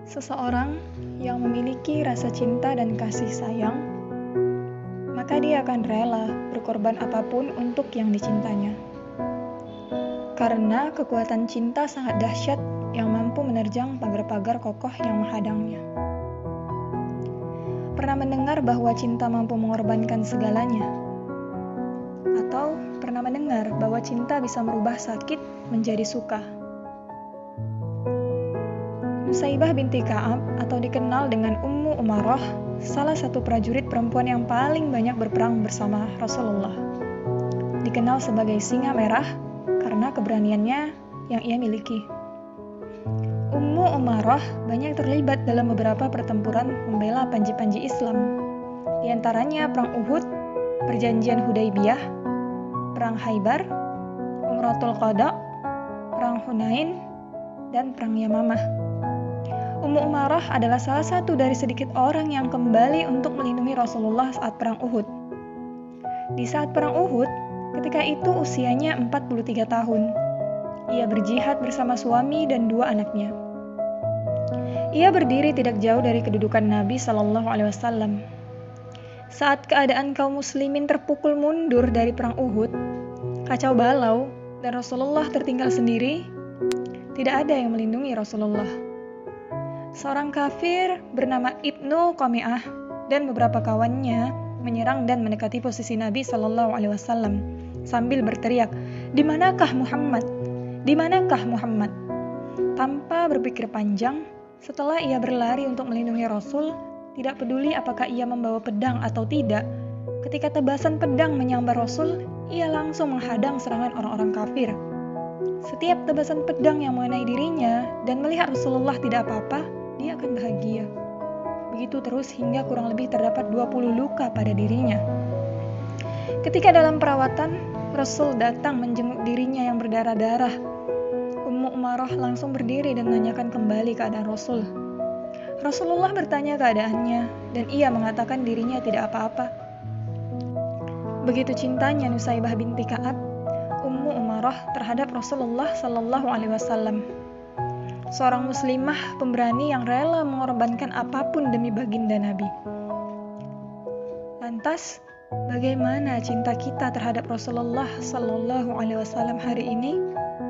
Seseorang yang memiliki rasa cinta dan kasih sayang, maka dia akan rela berkorban apapun untuk yang dicintanya. Karena kekuatan cinta sangat dahsyat yang mampu menerjang pagar-pagar kokoh yang menghadangnya. Pernah mendengar bahwa cinta mampu mengorbankan segalanya? Atau pernah mendengar bahwa cinta bisa merubah sakit menjadi suka? Nusaibah binti Ka'ab atau dikenal dengan Ummu Umarah, salah satu prajurit perempuan yang paling banyak berperang bersama Rasulullah. Dikenal sebagai singa merah karena keberaniannya yang ia miliki. Ummu Umarah banyak terlibat dalam beberapa pertempuran membela panji-panji Islam. Di antaranya Perang Uhud, Perjanjian Hudaybiyah, Perang Khaybar, Umratul Qada, Perang Hunain, dan Perang Yamamah. Ummu Umarah adalah salah satu dari sedikit orang yang kembali untuk melindungi Rasulullah saat Perang Uhud. Di saat Perang Uhud, ketika itu usianya 43 tahun. Ia berjihad bersama suami dan 2 anaknya. Ia berdiri tidak jauh dari kedudukan Nabi SAW. Saat keadaan kaum muslimin terpukul mundur dari Perang Uhud, kacau balau, dan Rasulullah tertinggal sendiri, tidak ada yang melindungi Rasulullah. Seorang kafir bernama Ibnu Qami'ah dan beberapa kawannya menyerang dan mendekati posisi Nabi SAW sambil berteriak, "Di manakah Muhammad? Di manakah Muhammad?" Tanpa berpikir panjang, setelah ia berlari untuk melindungi Rasul, tidak peduli apakah ia membawa pedang atau tidak, ketika tebasan pedang menyambar Rasul, ia langsung menghadang serangan orang-orang kafir. Setiap tebasan pedang yang mengenai dirinya dan melihat Rasulullah tidak apa-apa, dia akan bahagia. Begitu terus hingga kurang lebih terdapat 20 luka pada dirinya. Ketika dalam perawatan, Rasul datang menjenguk dirinya yang berdarah-darah. Ummu Umarah langsung berdiri dan menanyakan kembali keadaan Rasul. Rasulullah bertanya keadaannya dan ia mengatakan dirinya tidak apa-apa. Begitu cintanya Nusaibah binti Ka'ab, Ummu Umarah terhadap Rasulullah SAW. Seorang muslimah pemberani yang rela mengorbankan apapun demi baginda Nabi. Lantas, bagaimana cinta kita terhadap Rasulullah SAW hari ini?